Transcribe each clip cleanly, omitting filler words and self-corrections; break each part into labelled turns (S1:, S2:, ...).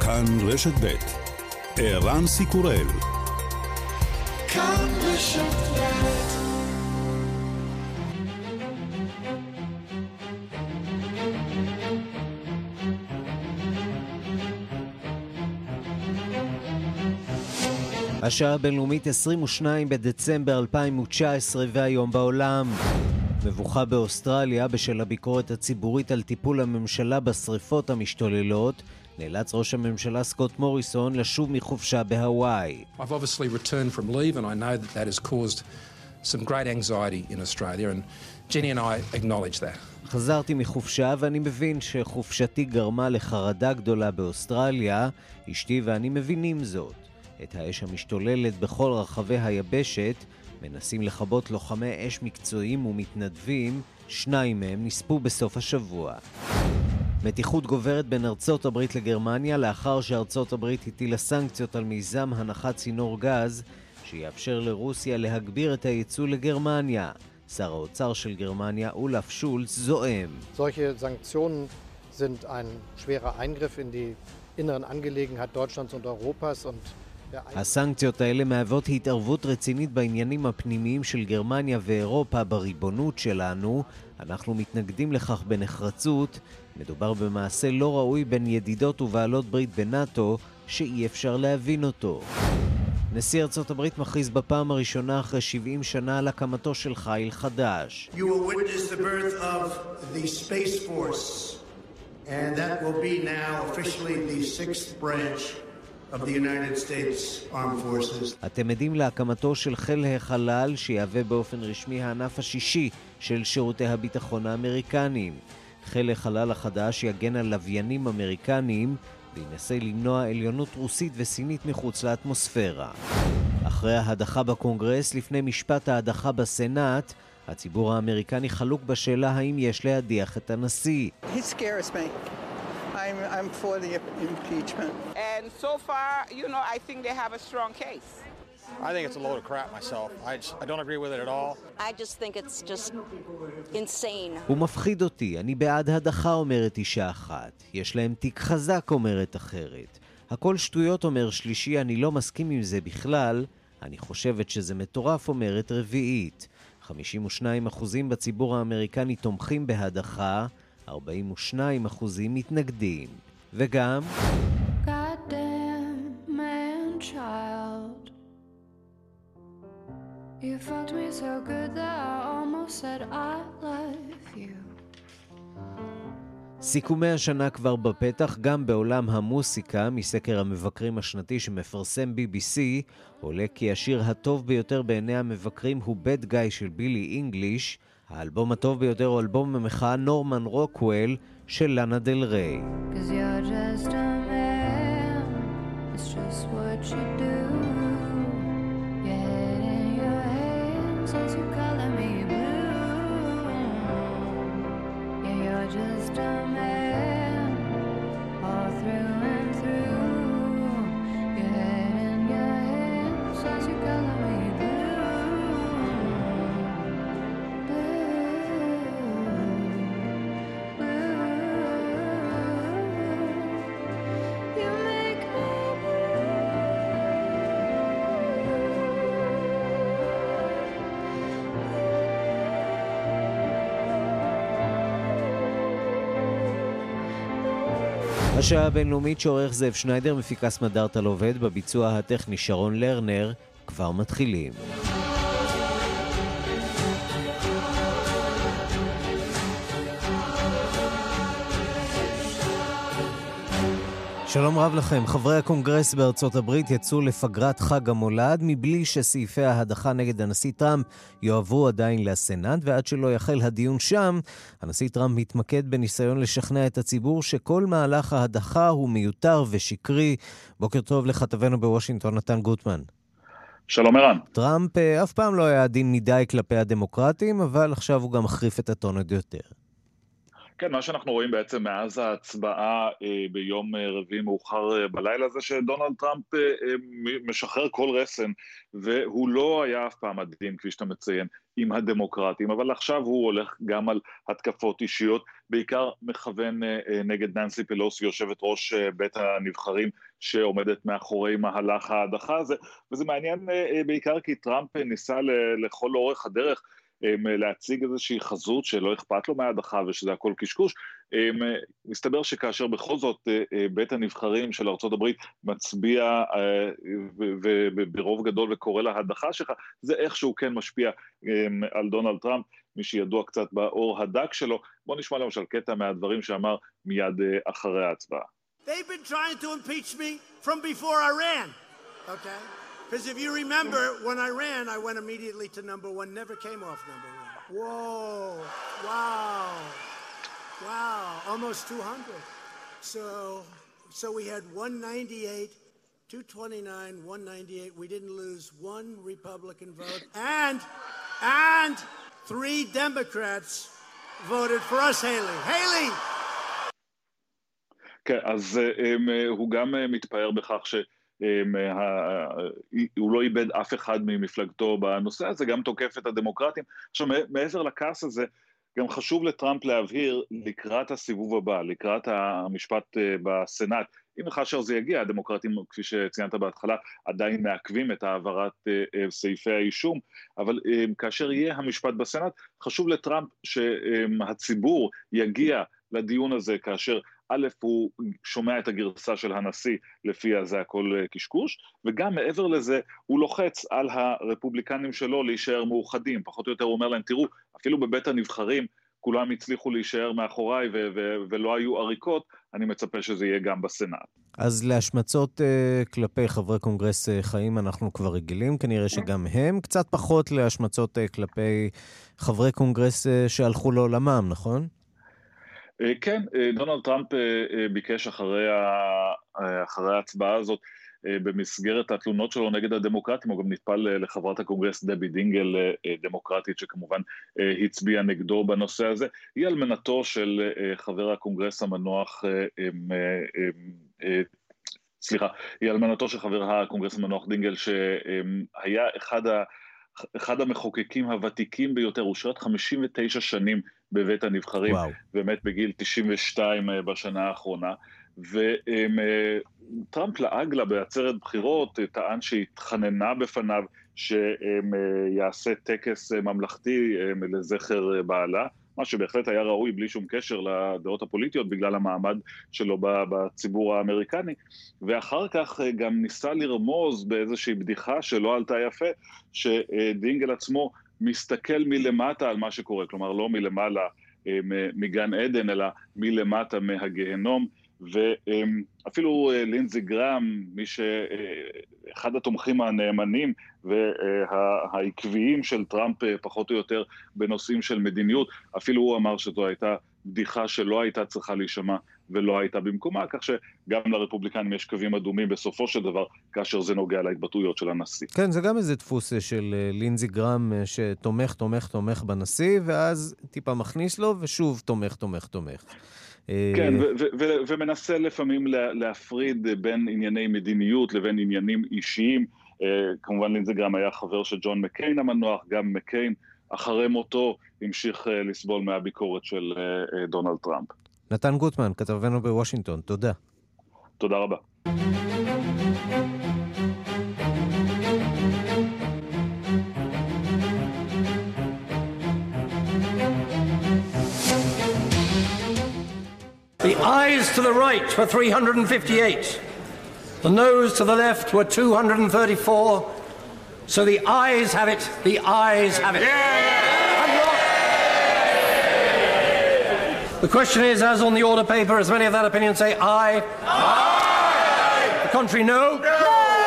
S1: כאן רשת ב' ערן סיקורל. כאן רשת ב'.
S2: השעה הבינלאומית 22 בדצמבר 2019 והיום בעולם. מבוכה באוסטרליה בשל הביקורת הציבורית על טיפול הממשלה בשריפות המשתוללות. נאלץ ראש הממשלה סקוט מוריסון לשוב מחופשה בהוואי.
S3: I've obviously returned from leave and I know that that has caused some great anxiety in Australia and Jenny and I acknowledge that.
S2: חזרתי מחופשה ואני מבין שחופשתי גרמה לחרדה גדולה באוסטרליה. אשתי ואני מבינים זאת. את האש המשתוללת בכל רחבי היבשת מנסים לכבות לוחמי אש מקצועיים ומתנדבים, 2 מהם נספו בסוף השבוע. מתיחות גוברת בין ארצות הברית לגרמניה לאחר שארצות הברית הטילה סנקציות על מיזם הנחת צינור גז שיאפשר לרוסיה להגביר את הייצוא לגרמניה. שר האוצר של גרמניה אולף שולץ זועם.
S4: Solche Sanktionen sind ein schwerer Eingriff in die inneren Angelegenheit Deutschlands und Europas und
S2: הסנקציות האלה מהוות התערבות רצינית בעניינים הפנימיים של גרמניה ואירופה בריבונות שלנו. אנחנו מתנגדים לכך בנחרצות. מדובר במעשה לא ראוי בין ידידות ובעלות ברית בנאטו שאי אפשר להבין אותו. נשיא ארצות הברית מכריז בפעם הראשונה אחרי 70 שנה על הקמתו של חיל חדש.
S5: You will witness the birth of the Space Force and that will be now officially the 6th branch of the United States Armed Forces.
S2: אתם עדים להקמתו של חיל החלל שיהווה באופן רשמי הענף השישי של שירותי הביטחון האמריקניים. חיל החלל החדש יגן על לוויינים אמריקניים וינסה למנוע עליונות רוסית וסינית מחוץ לאטמוספירה. אחרי ההדחה בקונגרס לפני משפט ההדחה בסנאט, הציבור האמריקני חלוק בשאלה האם יש להדיח את הנשיא.
S6: He scares me. I'm for the impeachment.
S7: And so far, you know, I think they have a strong case.
S8: I think it's a load of crap myself. I don't agree with it at all.
S9: I just think it's just insane.
S2: הוא מפחיד אותי, אני בעד הדחה, אומרת אישה אחת. יש להם תיק חזק, אומרת אחרת. הכל שטויות, אומר שלישי, אני לא מסכים עם זה בכלל. אני חושבת שזה מטורף, אומרת רביעית. 52% בציבור האמריקני תומכים בהדחה, 42% מתנגדים. וגם
S10: Goddamn man child, you fucked me so good that I almost said I love you.
S2: סיכומי השנה כבר בפתח. גם בעולם המוסיקה, מסקר המבקרים השנתי שמפרסם BBC, עולה כי השיר הטוב ביותר בעיני המבקרים הוא Bad Guy של בילי אינגליש. האלבום הטוב ביותר הוא אלבום המחאה נורמן רוקוול של לאנה דל ריי.
S10: Cause you're just a man, it's just what you do. Your head in your hands as you color me blue. Yeah, you're just a man, all through and through. Your head in your hands as you color me blue.
S2: השעה הבינלאומית שעורך זאב שניידר, מפיקס מדארטל עובד, בביצוע הטכני שרון לרנר. כבר מתחילים. שלום רב לכם. חברי הקונגרס בארצות הברית יצאו לפגרת חג המולד מבלי שסעיפי ההדחה נגד הנשיא טראמפ יועברו עדיין לסנאט, ועד שלא יחל הדיון שם, הנשיא טראמפ מתמקד בניסיון לשכנע את הציבור שכל מהלך ההדחה הוא מיותר ושקרי. בוקר טוב לכתבנו בוושינגטון נתן גוטמן.
S11: שלום ערן.
S2: טראמפ אף פעם לא היה עדין מדי כלפי הדמוקרטים, אבל עכשיו הוא גם מחריף את הטון עוד יותר.
S11: כן, מה שאנחנו רואים בעצם מאז ההצבעה ביום רביעי מאוחר בלילה זה שדונלד טראמפ משחרר כל רסן, והוא לא היה אף פעם עדין, כפי שאתה מציין, עם הדמוקרטים, אבל עכשיו הוא הולך גם על התקפות אישיות, בעיקר מכוון נגד ננסי פלוסי, יושבת ראש בית הנבחרים, שעומדת מאחורי מהלך ההדחה הזה, וזה מעניין בעיקר כי טראמפ ניסה לכל אורך הדרך, להציג איזושהי חזות שלא אכפת לו מההדחה ושזה הכל קשקוש. מסתבר שכאשר בכל זאת בית הנבחרים של ארצות הברית מצביע ברוב גדול וקורא להדחה שלך, זה איכשהו כן משפיע על דונלד טראמפ, מי שידוע קצת באור הדק שלו. בוא נשמע למשל קטע מהדברים שאמר מיד אחרי ההצבעה.
S5: They've been trying to impeach me from before I ran, okay? Because if you remember, when I ran, I went immediately to number one, never came off number one. Whoa, wow, almost 200. So we had 198, 229, 198. We didn't lose one Republican vote, and 3 Democrats voted for us, Haley.
S11: כן, אז הוא גם מתפאר בכך ש... הוא לא איבד אף אחד ממפלגתו בנושא הזה, גם תוקף את הדמוקרטים. עכשיו, מעבר לכעס הזה, גם חשוב לטראמפ להבהיר לקראת הסיבוב הבא, לקראת המשפט בסנאט, אם וכאשר זה יגיע, הדמוקרטים, כפי שציינת בהתחלה, עדיין מעכבים את העברת סעיפי האישום, אבל כאשר יהיה המשפט בסנאט, חשוב לטראמפ שהציבור יגיע לדיון הזה, כאשר א' הוא שומע את הגרסה של הנשיא, לפיה זה הכל קשקוש, וגם מעבר לזה הוא לוחץ על הרפובליקנים שלו להישאר מאוחדים, פחות או יותר הוא אומר להם, תראו, אפילו בבית הנבחרים, כולם הצליחו להישאר מאחוריי ולא היו עריקות, אני מצפה שזה יהיה גם בסנאט.
S2: אז להשמצות כלפי חברי קונגרס חיים אנחנו כבר רגילים, כנראה שגם הם, קצת פחות להשמצות כלפי חברי קונגרס שהלכו לעולמם, נכון?
S11: כן, דונלד טראמפ ביקש אחרי ההצבעה הזאת, במסגרת התלונות שלו נגד הדמוקרטים, הוא גם נטפל לחברת הקונגרס דבי דינגל, דמוקרטית שכמובן הצביעה נגדו בנושא הזה. היא אלמנתו של חבר הקונגרס המנוח, היא אלמנתו של חבר הקונגרס המנוח דינגל, שהיה אחד המחוקקים הוותיקים ביותר, הוא שירת 59 שנים בבית הנבחרים, באמת בגיל 92 בשנה האחרונה, וטראמפ לעג לה בעצרת בחירות, טען שהתחננה בפניו שיעשה טקס ממלכתי לזכר בעלה, מה שבהחלט היה ראוי בלי שום קשר לדעות הפוליטיות, בגלל המעמד שלו בציבור האמריקני, ואחר כך גם ניסה לרמוז באיזושהי בדיחה שלא עלתה יפה, שדינגל עצמו מסתכל מלמטה על מה שקורה, כלומר לא מלמעלה מגן עדן, אלא מלמטה מהגהנום, ואפילו לינזי גרם, מי שאחד התומכים הנאמנים והעקביים של טראמפ פחות או יותר בנושאים של מדיניות, אפילו הוא אמר שזו הייתה בדיחה שלא הייתה צריכה להישמע ולא הייתה במקומה, כך שגם לרפובליקנים יש קווים אדומים בסופו של דבר, כאשר זה נוגע להתבטאויות של הנשיא.
S2: כן, זה גם איזה דפוס של לינזי גרם שתומך בנשיא, ואז טיפה מכניס לו, ושוב תומך.
S11: כן, ומנסה לפעמים להפריד בין ענייני מדיניות לבין עניינים אישיים. כמובן לינזי גרם היה חבר של ג'ון מקיין המנוח, גם מקיין אחרי מותו המשיך לסבול מהביקורת של דונלד טראמפ.
S2: נתן גוטמן, כתבנו בוושינגטון, תודה.
S11: תודה רבה.
S12: The ayes to the right were 358. The noes to the left were 234. So the ayes have it. The ayes have it. The question is, as on the order paper, as many of that opinion say aye. Aye. The contrary, no. No.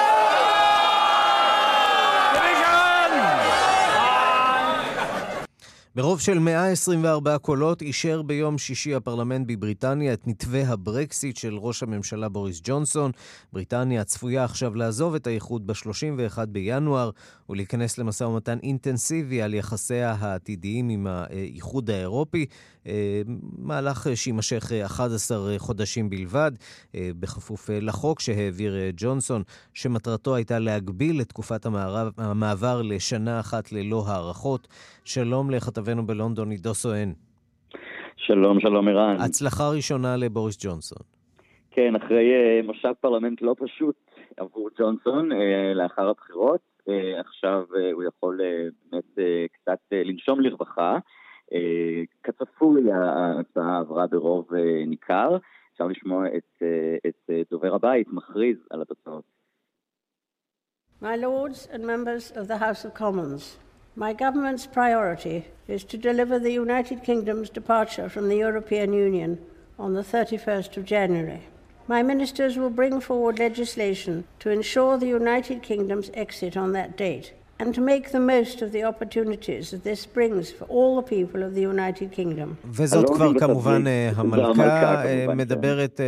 S2: ברוב של 124 קולות אישר ביום שישי הפרלמנט בבריטניה את מתווה הברקסיט של ראש הממשלה בוריס ג'ונסון. בריטניה צפויה עכשיו לעזוב את האיחוד ב-31 בינואר ולהיכנס למשא ומתן אינטנסיבי על יחסיה העתידיים עם האיחוד האירופי. מהלך שימשך 11 חודשים בלבד, בכפוף לחוק שהעביר ג'ונסון, שמטרתו הייתה להגביל את תקופת המעבר לשנה אחת ללא הערכות. שלום לכתבנו בלונדון, עידו סואן.
S13: שלום, שלום ערן.
S2: הצלחה ראשונה לבוריס ג'ונסון.
S13: כן, אחרי מושב פרלמנט לא פשוט עבור ג'ונסון לאחר הבחירות, עכשיו הוא יכול באמת קצת לנשום לרווחה. כצפוי ההצעה עברה ברוב ניכר. אפשר לשמוע את דובר הבית מכריז על התוצאות.
S14: My lords and members of the House of Commons, my government's priority is to deliver the United Kingdom's departure from the European Union on the 31st of January. My ministers will bring forward legislation to ensure the United Kingdom's exit on that date and to make the most of the opportunities that this brings for all the people of the United Kingdom.
S2: וזאת כבר כמובן המלכה מדברת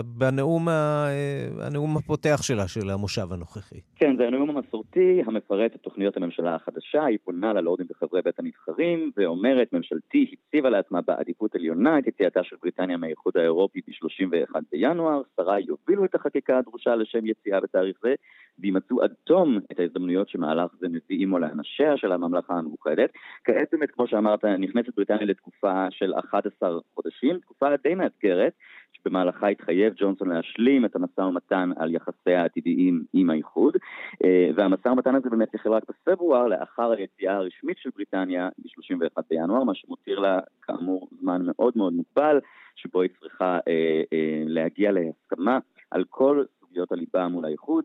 S2: בנאום הפותח שלה, של המושב הנוכחי.
S13: כן, זה הנאום המסורתי המפרט את תוכניות הממשלה החדשה. היא פונה ללורדים וחברי בית הנבחרים ואומרת, ממשלתי הציבה לעצמה בעדיפות עליונה את יציאתה של בריטניה מהאיחוד האירופי ב-31 בינואר. שרי יובילו את החקיקה הדרושה לשם יציאה בתאריך זה, וימצאו עד תום את ההזדמנויות שמהלך זה מביאים או לאנשיה של הממלכה המאוחדת. כעת באמת, כמו שאמרת, נכנסת בריטניה לתקופה של 11 חודשים, תקופה די מאתגרת, שבמהלכה התחייב ג'ונסון להשלים את המשא ומתן על יחסיה העתידיים עם האיחוד, והמשא ומתן הזה באמת יחל רק בפברואר, לאחר היציאה הרשמית של בריטניה ב-31 בינואר, מה שמותיר לה כאמור זמן מאוד מאוד מוגבל, שבו היא צריכה להגיע להסכמה על כל סוגיות הליבה מול האיחוד.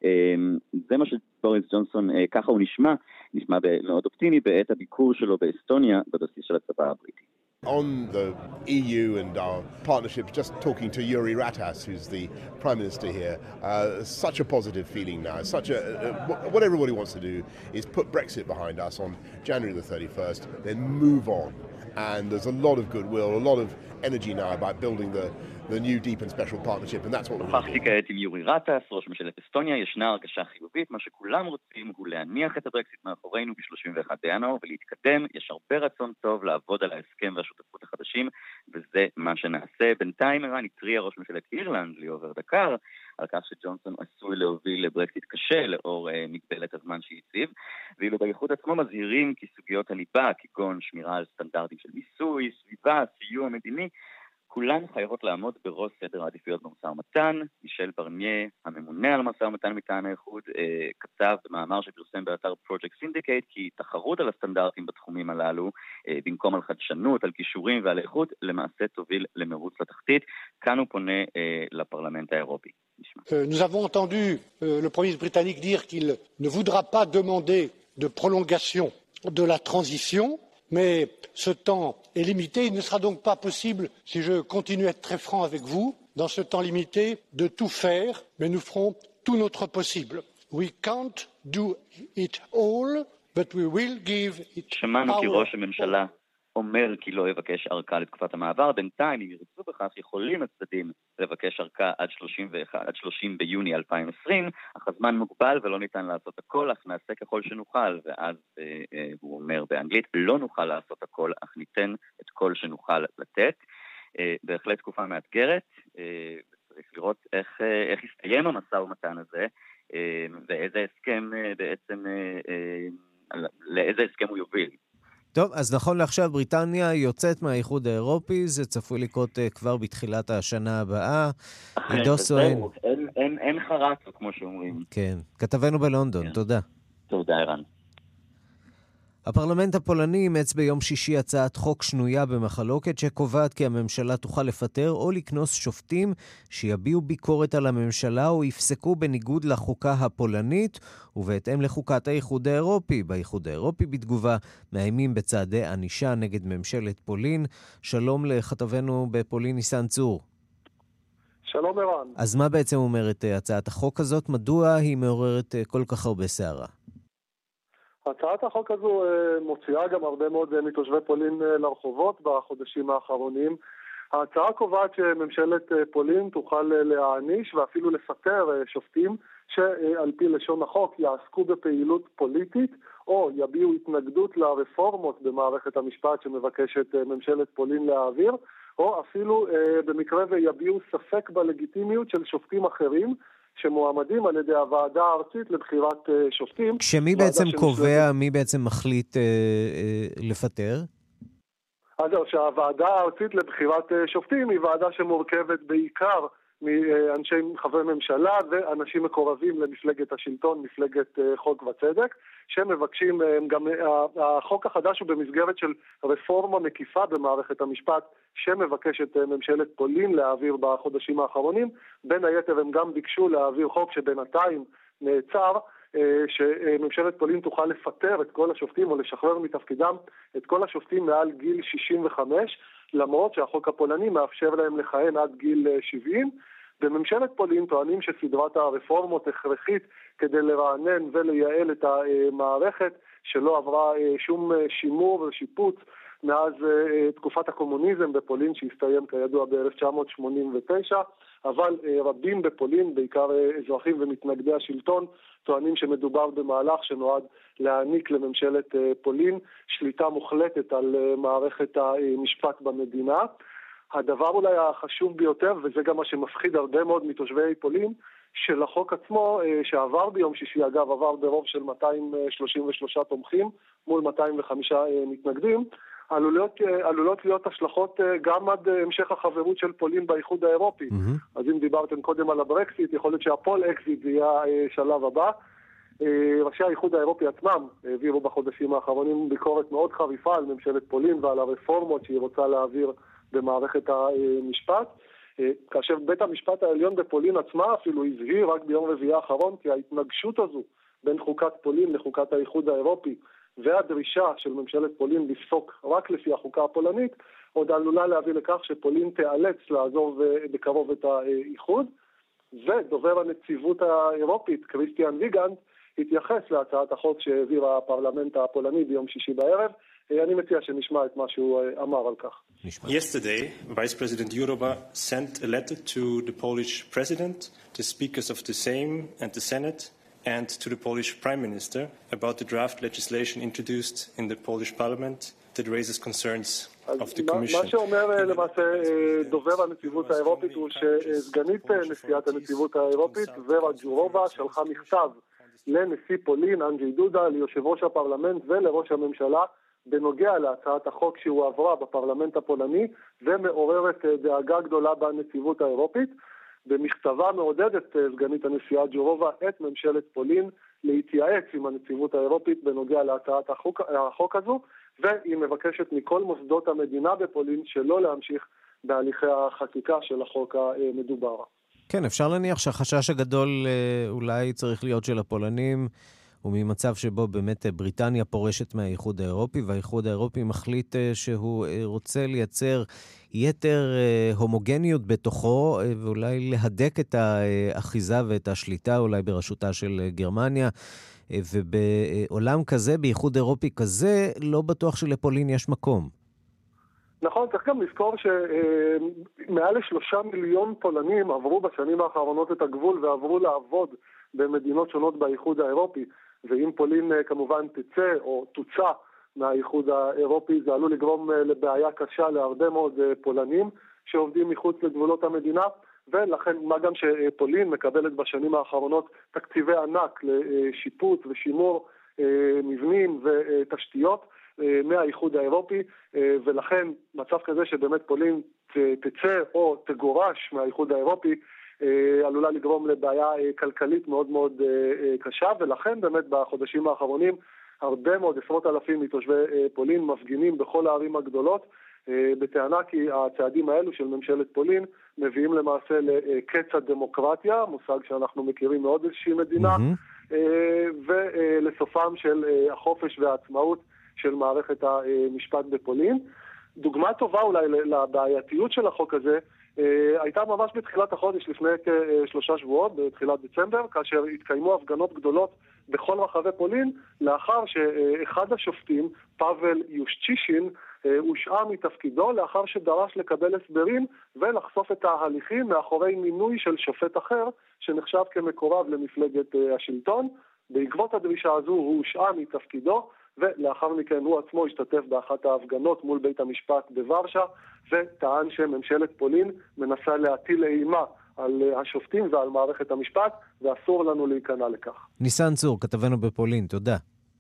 S13: זה מה שבוריס ג'ונסון, ככה הוא נשמע מאוד אופטימי בעת הביקור שלו באסטוניה בבסיס של הצבא הבריטי.
S15: On the EU and our partnership, just talking to Yuri Ratas, who's the Prime Minister here, such a positive feeling now. What everybody wants to do is put Brexit behind us on January the 31st, then move on. And there's a lot of goodwill, a lot of energy now about building the new deep and special partnership, and that's what we're doing.
S13: שוחחתי כעת עם יורי רטס, ראש ממשלת אסטוניה. ישנה הרגשה חיובית. מה שכולם רוצים הוא להניח את הברקסיט מאחורינו ב-31 בינואר ולהתקדם. יש הרבה רצון טוב לעבוד על ההסכם והשותפות החדשים, וזה מה שנעשה. בינתיים ערן התריע ראש ממשלת אירלנד ליאור ורדקר על כך שג'ונסון עשוי להוביל לברקסיט קשה לאור מגבלת הזמן שהציב, ואילו באיחוד עצמו מזהירים כי סוגיות הליבה, כגון שמירה על סטנדרטים של מיסוי, סביבה, סיוע מדיני, כולן חייבות לעמוד בראש סדר העדיפויות במשא ומתן. מישל ברניה, הממונה על משא ומתן מטעם האיחוד, כתב במאמר שפרסם באתר פרויקט סינדיקייט כי תחרות על הסטנדרטים בתחומים הללו, במקום על חדשנות, על כישורים ועל איכות, למעשה תוביל למרוץ לתחתית. כאן הוא פונה לפרלמנט האירופי.
S16: Nous avons entendu le Premier ministre britannique dire qu'il ne voudra pas demander de prolongation de la transition. Mais ce temps est limité. Il ne sera donc pas possible, si je continue à être très franc avec vous, dans ce temps limité, de tout faire, mais nous ferons tout notre possible. We can't do it all, but we will give it our...
S13: אומר כי לא יבקש ארכה לתקופת המעבר. בינתיים, אם ירצו בכך, יכולים הצדדים לבקש ארכה עד 30 ביוני 2020, אך הזמן מוגבל ולא ניתן לעשות הכל, אך נעשה ככל שנוכל. ואז הוא אומר באנגלית, לא נוכל לעשות הכל, אך ניתן את כל שנוכל לתת. בהחלט תקופה מאתגרת, וצריך לראות איך יסתיים המשא ומתן הזה, ואיזה הסכם בעצם, לאיזה הסכם הוא יוביל.
S2: טוב, אז נכון לעכשיו בריטניה יוצאת מהאיחוד האירופי, זה צפוי לקרות כבר בתחילת השנה הבאה. עידו סואן.
S13: אין חרץ, כמו שאומרים.
S2: כן, כתבנו בלונדון, תודה.
S13: תודה, ערן.
S2: הפרלמנט הפולני אימץ ביום שישי הצעת חוק שנויה במחלוקת שקובעת כי הממשלה תוכל לפטר או לקנוס שופטים שיביעו ביקורת על הממשלה או יפסקו בניגוד לחוקה הפולנית ובהתאם לחוקת האיחוד האירופי. באיחוד האירופי בתגובה מאיימים בצעדי ענישה נגד ממשלת פולין. שלום לכתבנו בפולין ניסן צור.
S17: שלום ערן.
S2: אז מה בעצם אומרת הצעת החוק הזאת? מדוע היא מעוררת כל כך הרבה שערה?
S17: הצעת החוק הזו מוציאה גם הרבה מאוד מתושבי פולין לרחובות בחודשים האחרונים. ההצעה קובעת שממשלת פולין תוכל להעניש ואפילו לפטר שופטים שעל פי לשון החוק יעסקו בפעילות פוליטית או יביעו התנגדות לרפורמות במערכת המשפט שמבקשת ממשלת פולין להעביר, או אפילו במקרה ויביעו ספק בלגיטימיות של שופטים אחרים שמועמדים על ידי הוועדה הארצית לבחירת שופטים.
S2: כשמי בעצם קובע, מי בעצם מחליט לפטר?
S17: אז שהוועדה הארצית לבחירת שופטים היא ועדה שמורכבת בעיקר מאנשי חברי ממשלה ואנשים מקורבים למפלגת השלטון, מפלגת חוק וצדק, שמבקשים גם, החוק החדש הוא במסגרת של רפורמה מקיפה במערכת המשפט שמבקשת ממשלת פולין להעביר בחודשים האחרונים. בין היתר הם גם ביקשו להעביר חוק שבינתיים נעצר, שממשלת פולין תוכל לפטר את כל השופטים או לשחרר מתפקידם את כל השופטים מעל גיל 65, למרות שהחוק הפולני מאפשר להם לכהן עד גיל 70. בממשלת פולין טוענים שסדרת הרפורמות הכרחית כדי לרענן ולייעל את המערכת שלא עברה שום שימור ושיפוץ מאז תקופת הקומוניזם בפולין שהסתיים כידוע ב-1989, אבל רבים בפולין, בעיקר אזרחים ומתנגדי השלטון, טוענים שמדובר במהלך שנועד להעניק לממשלת פולין שליטה מוחלטת על מערכת המשפט במדינה. הדבר אולי החשוב ביותר, וזה גם מה שמפחיד הרבה מאוד מתושבי פולין, שלחוק עצמו, שעבר ביום שישי, אגב, עבר ברוב של 233 תומכים מול 205 מתנגדים, עלולות להיות השלכות גם עד המשך החברות של פולין באיחוד האירופי. אז אם דיברתם קודם על הברקסיט, יכול להיות שהפול אקזיט זה יהיה שלב הבא. ראשי האיחוד האירופי עצמם העבירו בחודשים האחרונים ביקורת מאוד חריפה על ממשלת פולין ועל הרפורמות שהיא רוצה להעביר במערכת המשפט. כאשר בית המשפט העליון בפולין עצמה אפילו הזהיר רק ביום רביעי האחרון כי ההתנגשות הזו בין חוקת פולין לחוקת האיחוד האירופי והדרישה של ממשלת פולין לפסוק רק לפי החוקה הפולנית עוד עלולה להביא לכך שפולין תיאלץ לעזוב בקרוב את האיחוד. ודובר הנציבות האירופית קריסטיאן ויגנט התייחס להצעת החוק שהעביר הפרלמנט הפולני ביום שישי בערב. אני מציע שנשמע את מה שהוא אמר על כך.
S18: Yesterday, Vice President Jourová sent a letter to the Polish President, the speakers of the Sejm and the Senate, and to the Polish Prime Minister about the draft legislation introduced in the Polish Parliament that raises concerns of the Commission.
S17: מה שאומר למעשה דובר הנציבות האירופית הוא שסגנית נשיאת הנציבות האירופית ורה ג'ורובא שלחה מכתב לנשיא פולין אנג'י דודה, ליושב ראש הפרלמנט ולראש הממשלה בנוגע להצעת החוק שהועברה בפרלמנט הפולני ומעוררת דאגה גדולה בנציבות האירופית. במכתבה מעודדת סגנית הנשיאה ג'ורובא את ממשלת פולין להתייעץ עם הנציבות האירופית בנוגע להצעת החוק הזו, והיא מבקשת מכל מוסדות המדינה בפולין שלא להמשיך בהליכי החקיקה של החוק המדובר.
S2: כן, אפשר להניח שהחשש הגדול אולי צריך להיות של הפולנים, וממצב שבו באמת בריטניה פורשת מהאיחוד האירופי, והאיחוד האירופי מחליט שהוא רוצה לייצר יתר הומוגניות בתוכו, ואולי להדק את האחיזה ואת השליטה אולי בראשותה של גרמניה, ובעולם כזה, באיחוד אירופי כזה, לא בטוח שלפולין יש מקום.
S17: נכון, צריך גם לזכור שמעל 3 מיליון פולנים עברו בשנים האחרונות את הגבול ועברו לעבוד במדינות שונות באיחוד האירופי, ואם פולין כמובן תצא או תוצא מהאיחוד האירופי, זה עלול לגרום לבעיה קשה להרבה מאוד פולנים שעובדים מחוץ לגבולות המדינה, ולכן מה גם שפולין מקבלת בשנים האחרונות תקציבי ענק לשיפוץ ושימור מבנים ותשתיות מהאיחוד האירופי, ולכן מצב כזה שבאמת פולין תצא או תגורש מהאיחוד האירופי עלולה לגרום לבעיה כלכלית מאוד מאוד קשה, ולכן באמת בחודשים האחרונים הרבה מאוד, עשרות אלפים מתושבי פולין מפגינים בכל הערים הגדולות בטענה כי הצעדים האלו של ממשלת פולין מביאים למעשה לקץ הדמוקרטיה, מושג שאנחנו מכירים מאוד איזושהי מדינה, ולסופם של החופש והעצמאות של מערכת המשפט בפולין. דוגמה טובה אולי לבעייתיות של החוק הזה הייתה ממש בתחילת החודש, לפני כ3 שבועות, בתחילת דצמבר, כאשר התקיימו הפגנות גדולות בכל רחבי פולין, לאחר שאחד השופטים, פאבל יושצ'ישין, הושעה מתפקידו לאחר שדרש לקבל הסברים ולחשוף את ההליכים מאחורי מינוי של שופט אחר שנחשב כמקורב למפלגת השלטון. בעקבות הדרישה הזו הוא הושעה מתפקידו, ולאחר מכן הוא עצמו השתתף באחת ההפגנות מול בית המשפט בוורשה, וטען שממשלת פולין מנסה להטיל אימה על השופטים ועל מערכת המשפט, ואסור לנו להיכנע לכך.
S2: ניסן צור, כתבנו בפולין, תודה.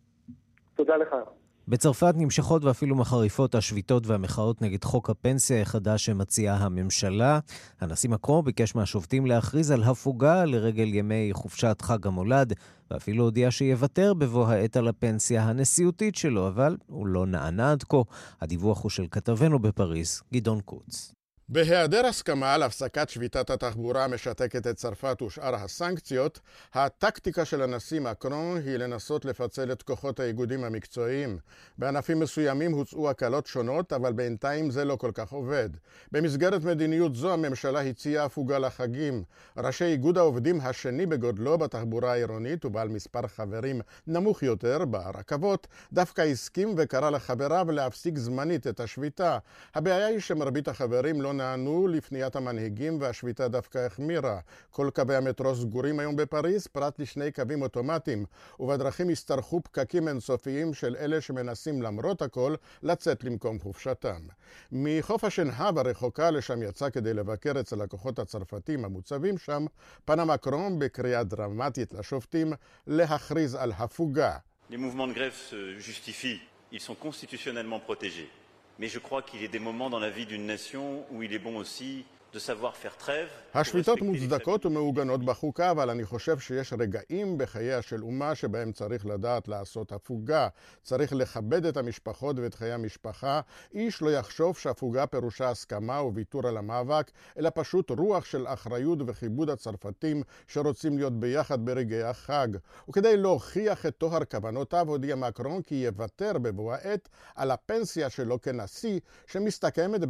S17: תודה לך.
S2: בצרפת נמשכות ואפילו מחריפות השביתות והמחאות נגד חוק הפנסיה החדש שמציעה הממשלה. הנשיא מקרון ביקש מהשופטים להכריז על הפוגה לרגל ימי חופשת חג המולד, ואפילו הודיע שיוותר בבוא העת על הפנסיה הנשיאותית שלו, אבל הוא לא נענה עד כה. הדיווח הוא של כתבנו בפריז, גדעון קוץ.
S19: בהיעדר הסכמה על הפסקת שביתת התחבורה המשתקת את צרפת ושאר הסנקציות, הטקטיקה של הנשיא מקרון היא לנסות לפצל את כוחות האיגודים המקצועיים. בענפים מסוימים הוצאו הקלות שונות, אבל בינתיים זה לא כל כך עובד. במסגרת מדיניות זו הממשלה הציעה הפוגה לחגים. ראשי איגוד העובדים השני בגודלו בתחבורה העירונית ובעל מספר חברים נמוך יותר ברכבות, דווקא הסכים וקרא לחבריו להפסיק זמנית את השביתה. הבעיה היא שמרבית החברים לא נענו לפניית המנהיגים והשביתה דווקא החמירה. כל קווי המטרו סגורים היום בפריז, פרט לשני קווים אוטומטיים, ובדרכים הסתרחו פקקים אינסופיים של אלה שמנסים למרות הכל לצאת למקום חופשתם. מחוף השנהב הרחוקה לשם יצא כדי לבקר אצל הכוחות הצרפתים המוצבים שם, פנה מקרון בקריאה דרמטית לשופטים להכריז על הפוגה.
S20: Les mouvements de grève se justifient, ils sont constitutionnellement protégés. Mais je crois qu'il y a des moments dans la vie d'une nation où il est bon aussi de savoir faire trêve.
S19: השביתות מוצדקות ומעוגנות בחוקה, אבל אני חושב שיש רגעים בחייה של אומה שבהם צריך לדעת לעשות הפוגה. צריך לכבד את המשפחות ואת חיי המשפחה. איש לא יחשוב שהפוגה פירושה הסכמה וויתור על המאבק, אלא פשוט רוח של אחריות וכיבוד הצרפתים שרוצים להיות ביחד ברגעי החג. וכדי להוכיח את טוהר כוונותיו הודיע מקרון כי יוותר בבוא העת על הפנסיה שלו כנשיא, שמסתכמת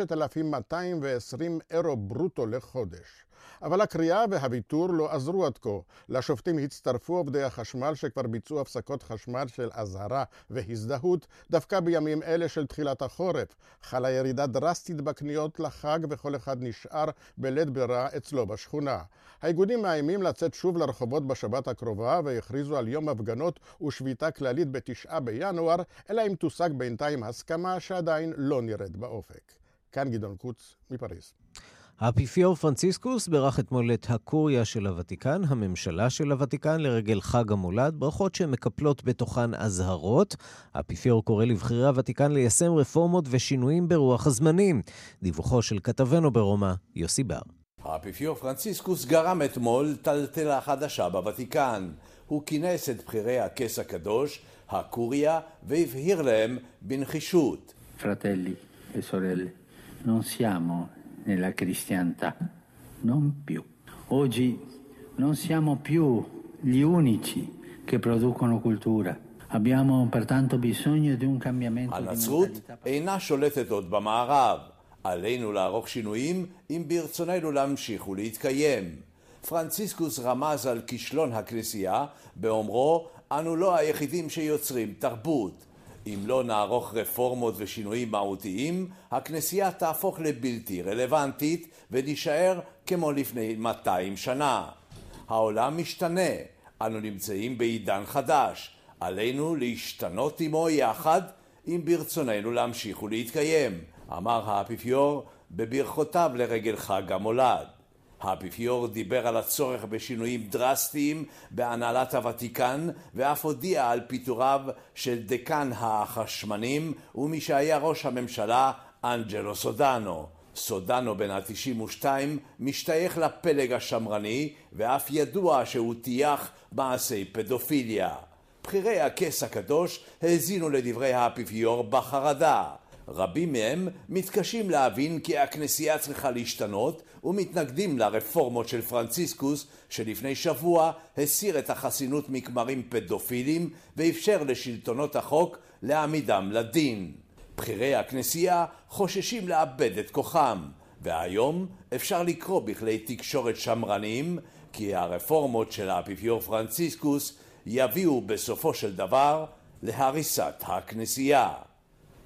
S19: ב-6,220 אירו ברוטו לחודש. אבל הקריאה והוויתור לא עזרו עד כה. לשופטים הצטרפו עובדי החשמל שכבר ביצעו הפסקות חשמל של אזהרה והזדהות דווקא בימים אלה של תחילת החורף. חלה ירידה דרסטית בקניות לחג וכל אחד נשאר בלית ברירה אצלו בשכונה. האיגודים מאיימים לצאת שוב לרחובות בשבת הקרובה והכריזו על יום הפגנות ושביתה כללית ב9 בינואר, אלא אם תושג בינתיים הסכמה שעדיין לא נראית באופק. כאן גדעון קוץ מפריז.
S2: האפיפיור פרנציסקוס ברך אתמול את הקוריה של הוותיקן, הממשלה של הוותיקן, לרגל חג המולד, ברכות שמקפלות בתוכן אזהרות. האפיפיור קורא לבחירי הוותיקן ליישם רפורמות ושינויים ברוח הזמנים. דיווחו של כתבנו ברומא, יוסי בר.
S21: האפיפיור פרנציסקוס גרם אתמול טלטלה חדשה בוותיקן. הוא כינס את בכירי הכס הקדוש, הקוריה, והבהיר להם בנחישות.
S22: Fratelli e sorelle, non siamo nella cristianità, non più. Oggi non siamo più gli unici che producono cultura. Abbiamo pertanto bisogno di un cambiamento di
S21: הנצרות אינה שולטת עוד במערב. עלינו לערוך שינויים אם ברצוננו להמשיך ולהתקיים. פרנציסקוס רמז על כישלון הכנסייה באומרו, אנו לא היחידים שיוצרים תרבות. אם לא נערוך רפורמות ושינויים מהותיים, הכנסייה תהפוך לבלתי רלוונטית ונשאר כמו לפני 200 שנה. העולם משתנה, אנו נמצאים בעידן חדש, עלינו להשתנות עמו יחד אם ברצוננו להמשיך ולהתקיים, אמר האפיפיור בברכותיו לרגל חג המולד. האפיפיור דיבר על הצורך בשינויים דרסטיים בהנהלת הוותיקן, ואף הודיע על פיטוריו של דקן החשמנים ומי שהיה ראש הממשלה אנג'לו סודאנו. סודאנו בן ה-92 משתייך לפלג השמרני ואף ידוע שהוא תייך מעשי פדופיליה. בכירי הכס הקדוש האזינו לדברי האפיפיור בחרדה. רבים מהם מתקשים להבין כי הכנסייה צריכה להשתנות ומתנגדים לרפורמות של פרנציסקוס שלפני שבוע הסיר את החסינות מכמרים פדופילים ואפשר לשלטונות החוק להעמידם לדין. בכירי הכנסייה חוששים לאבד את כוחם, והיום אפשר לקרוא בכלי תקשורת שמרניים כי הרפורמות של האפיפיור פרנציסקוס יביאו בסופו של דבר להריסת הכנסייה.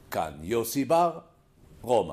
S21: כאן יוסי בר, רומא.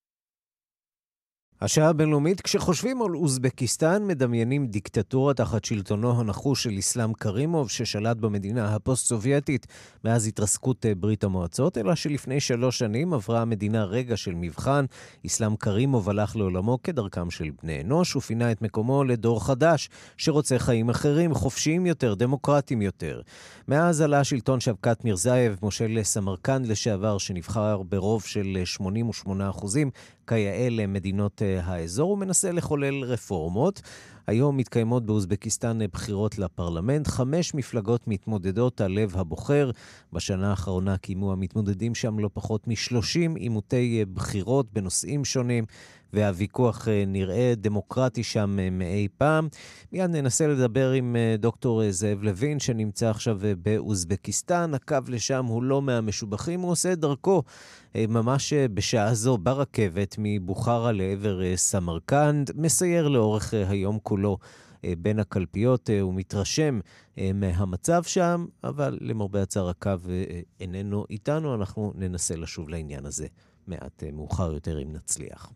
S2: השעה הבינלאומית, כשחושבים על אוזבקיסטן, מדמיינים דיקטטורה תחת שלטונו הנחוש של איסלאם קרימוב, ששלט במדינה הפוסט-סובייטית מאז התרסקות ברית המועצות, אלא שלפני 3 שנים עברה המדינה רגע של מבחן. איסלאם קרימוב הלך לעולמו כדרכם של בני אנוש, ופינה את מקומו לדור חדש, שרוצה חיים אחרים, חופשיים יותר, דמוקרטיים יותר. מאז עלה שלטון שבקת מירזייב, מושל סמרקנד לשעבר, שנבחר ברוב של 88%, כיאה למדינות האזור, ומנסה לחולל רפורמות. היום מתקיימות באוזבקיסטן בחירות לפרלמנט, 5 מפלגות מתמודדות על לב הבוחר. בשנה האחרונה קיימו המתמודדים שם לא פחות מ-30 עימותי בחירות בנושאים שונים, והוויכוח נראה דמוקרטי שם מאי פעם. מיד ננסה לדבר עם דוקטור זאב לוין, שנמצא עכשיו באוזבקיסטן. הקו לשם הוא לא מהמשובחים, הוא עושה דרכו ממש בשעה זו ברכבת מבוכרה לעבר סמרקנד, מסייר לאורך היום כולו בין הקלפיות ומתרשם מהמצב שם, אבל למרבה הצער הקו איננו איתנו. אנחנו ננסה לשוב לעניין הזה מעט מאוחר יותר אם נצליח.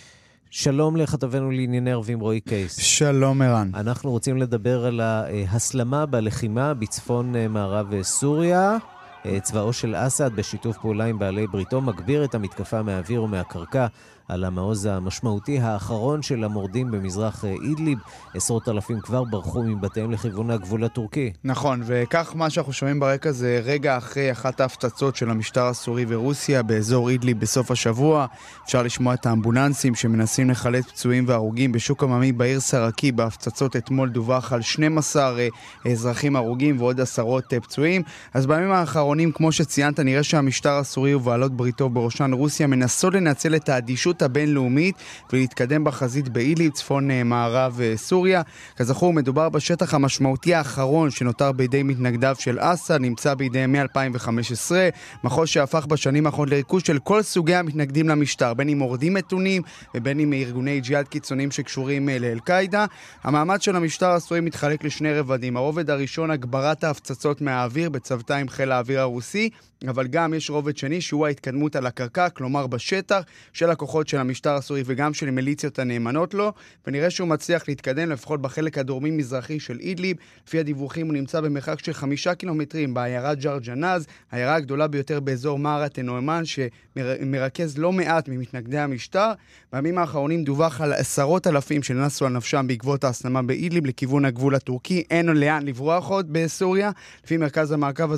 S2: שלום לכתבנו לענייני ערבים רועי קייס.
S1: שלום ערן.
S2: אנחנו רוצים לדבר על ההסלמה בלחימה בצפון מערב סוריה. צבאו של אסד בשיתוף פעולה עם בעלי בריתו מגביר את המתקפה מהאוויר ומהקרקע על המעוז המשמעותי האחרון של המורדים במזרח אידליב. 10,000 כבר ברחו מבתיהם לכיוון הגבול הטורקי.
S1: נכון, וכך מה שאנחנו שומעים ברקע זה רגע אחרי אחת ההפצצות של המשטר הסורי ורוסיה באזור אידליב בסוף השבוע. אפשר לשמוע את האמבולנסים שמנסים לחלץ פצועים והרוגים בשוק עממי בעיר סרקי. בהפצצות אתמול דווח על 12 אזרחים הרוגים ועוד 10 פצועים. אז בימים האחרונים, כמו שציינת, נראה שהמשטר הסורי ובעלות בריתו בראשן רוסיה מנסות לנצל את האדישות הבינלאומית ולהתקדם בחזית באידליב, צפון מערב סוריה. כזכור, מדובר בשטח המשמעותי האחרון שנותר בידי מתנגדיו של אסד, נמצא בידי מ-2015, מחוז שהפך בשנים האחרונות לריכוז של כל סוגי המתנגדים למשטר, בין אם מורדים מתונים ובין אם ארגוני ג'יהאד קיצוניים שקשורים לאל-קאעידה. המעמד של המשטר הסורי מתחלק לשני רבדים. הרובד הראשון, הגברת ההפצצות מהאוויר בצוותא עם חיל האוויר הרוסי, אבל גם יש רובד שני שהוא ההתקדמות על הקרקע, כלומר בשטח של הכוחות של המשטר הסורי וגם של מיליציות הנאמנות לו, ונראה שהוא מצליח להתקדם לפחות בחלק הדרומי-מזרחי של אידליב. לפי הדיווחים הוא נמצא במרחק של 5 קילומטרים בעיירה ג'רג'נז, העיירה הגדולה ביותר באזור מערת נועמן, שמרכז לא מעט ממתנגדי המשטר. בימים האחרונים דווח על 10,000 שנסו על נפשם בעקבות ההסלמה באידליב לכיוון הגבול הטורקי. אין לאן לברוח עוד בסוריה. לפי מרכז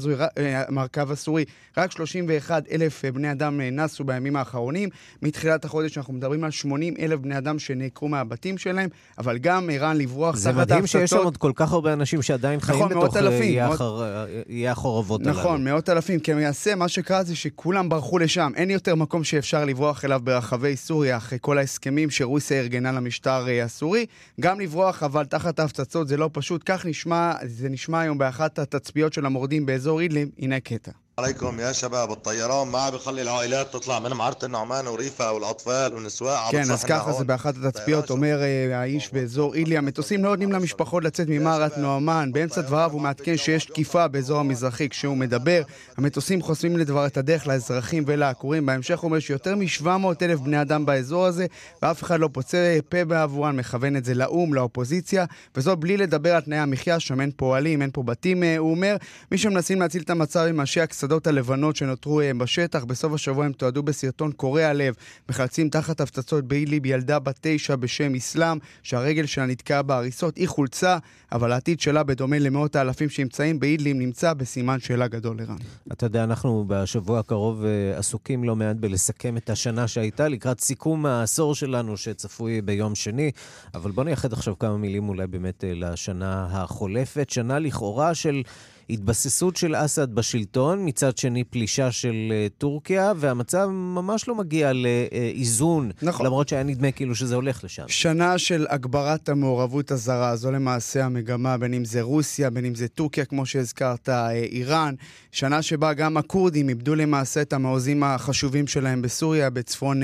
S1: המעקב הסורי, רק 31,000 בני אדם נסו בימים האחרונים. מתחילת החודש אנחנו מדברים על 80,000 בני אדם שנעקרו מהבתים שלהם, אבל גם איראן לברוח
S2: זה מדהים שיש שם עוד כל כך הרבה אנשים שעדיין חיים בתוך איי החורבות הללו.
S1: נכון, 100,000. כי מיישם, מה שקרה זה שכולם ברחו לשם. אין יותר מקום שאפשר לברוח אליו ברחבי סוריה, אחרי כל ההסכמים שרוסיה ארגנה למשטר הסורי. גם לברוח, אבל תחת ההפצצות זה לא פשוט. כך זה נשמע היום באחת התצפיות של המורדים באזור אידליב. הנה קטע.
S3: عليكم يا شباب الطيران ما بخلي العائلات تطلع من معرة النعمان وريفة والأطفال والنسواء.
S1: כן, אז ככה זה באחת התצפיות, אומר האיש באזור אידליב. המטוסים לא נותנים למשפחות לצאת ממערת נועמן. באמצע דבריו הוא מעדכן שיש תקיפה באזור המזרחי כשהוא מדבר. המטוסים חוסמים לדבר את הדרך לאזרחים ולעקורים. בהמשך הוא אומר שיותר מ-700,000 בני אדם באזור הזה, ואף אחד לא פוצה פה בעבורן, מכוון את זה לאום, לאופוזיציה, וזאת בלי לדבר על תנאי המחיה, שם אין פועלים, אין פה בתים. הוא אומר, מי שמנסים להציל את המצב עם אנשי הכסדות הלבנות שנותרו בשטח. בסוף השבוע הם תועדו בסרטון קורע לב, מחלצים תחת הפצצות באידליב ילדה בת 9 בשם איסלאם, שהרגל שלה נתקעה בהריסות. היא חולצה, אבל העתיד שלה, בדומה למאות האלפים שנמצאים באידליב, נמצא בסימן שאלה גדול. ערן,
S2: אתה יודע, אנחנו בשבוע הקרוב עסוקים לא מעט בלסכם את השנה שהייתה, לקראת סיכום העשור שלנו שצפוי ביום שני, אבל בוא נייחד עכשיו כמה מילים אולי באמת לשנה החולפת, שנה לכאורה של התבססות של אסד בשלטון, מצד שני פלישה של טורקיה, והמצב ממש לא מגיע לאיזון, נכון. למרות שהיה נדמה כאילו שזה הולך לשם.
S1: שנה של הגברת המעורבות הזרה, זו למעשה המגמה, בין אם זה רוסיה, בין אם זה טורקיה, כמו שהזכרת, איראן. שנה שבה גם הקורדים איבדו למעשה את המעוזים החשובים שלהם בסוריה,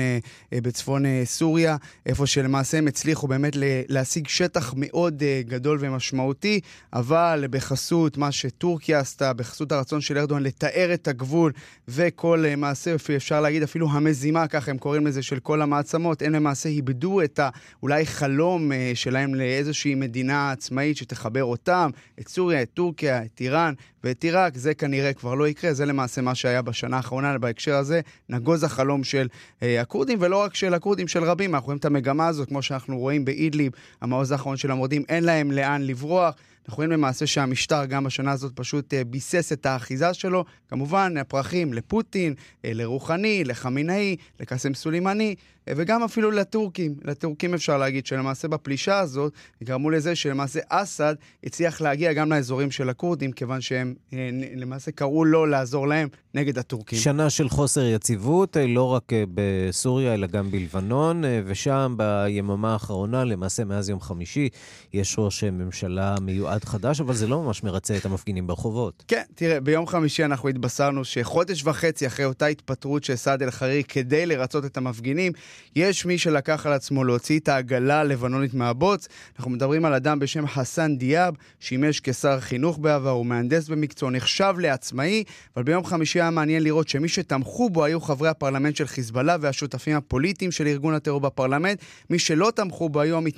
S1: בצפון סוריה, איפה שלמעשה הם הצליחו באמת להשיג שטח מאוד גדול ומשמעותי, אבל בחסות מה שטורקיה שטורקיה עשתה בחסות הרצון של ארדואן לתאר את הגבול, וכל מעשה, אפשר להגיד אפילו המזימה, כך הם קוראים לזה, של כל המעצמות, הם למעשה איבדו את אולי חלום שלהם לאיזושהי מדינה עצמאית שתחבר אותם, את סוריה, את טורקיה, את איראן ואת עיראק. זה כנראה כבר לא יקרה, זה למעשה מה שהיה בשנה האחרונה. בהקשר הזה נגוז החלום של הקורדים, ולא רק של הקורדים, של רבים. אנחנו רואים את המגמה הזאת, כמו שאנחנו רואים באידליב, המעוז האחרון של המורדים, אין להם לאן לברוח. אנחנו רואים למעשה שהמשטר גם בשנה הזאת פשוט ביסס את האחיזה שלו. כמובן, הפרחים לפוטין, לרוחני, לחמינאי, לקסם סולימני, וגם אפילו לטורקים. לטורקים אפשר להגיד שלמעשה בפלישה הזאת גרמו לזה שלמעשה אסד הצליח להגיע גם לאזורים של הקורדים, כיוון שהם למעשה קראו לו לעזור להם נגד הטורקים.
S2: שנה של חוסר יציבות, לא רק בסוריה אלא גם בלבנון, ושם ביממה האחרונה, למעשה מאז יום חמישי, יש ראש ממשלה מיועד חדש, אבל זה לא ממש מרצה את המפגינים ברחובות.
S1: כן, תראה, ביום חמישי אנחנו התבשרנו שחודש וחצי אחרי אותה התפטרות של סעד אל-חרירי כדי לרצות את המפגינים, יש מי שלקח על עצמו להוציא את העגלה הלבנונית מהבוץ. אנחנו מדברים על אדם בשם חסן דיאב, שימש כשר חינוך בעבר, הוא מהנדס במקצוע, נחשב לעצמאי, אבל ביום חמישי היה מעניין לראות שמי שתמכו בו היו חברי הפרלמנט של חיזבאללה והשותפים הפוליטיים של ארגון הטרור בפרלמנט. מי שלא תמכו בו היו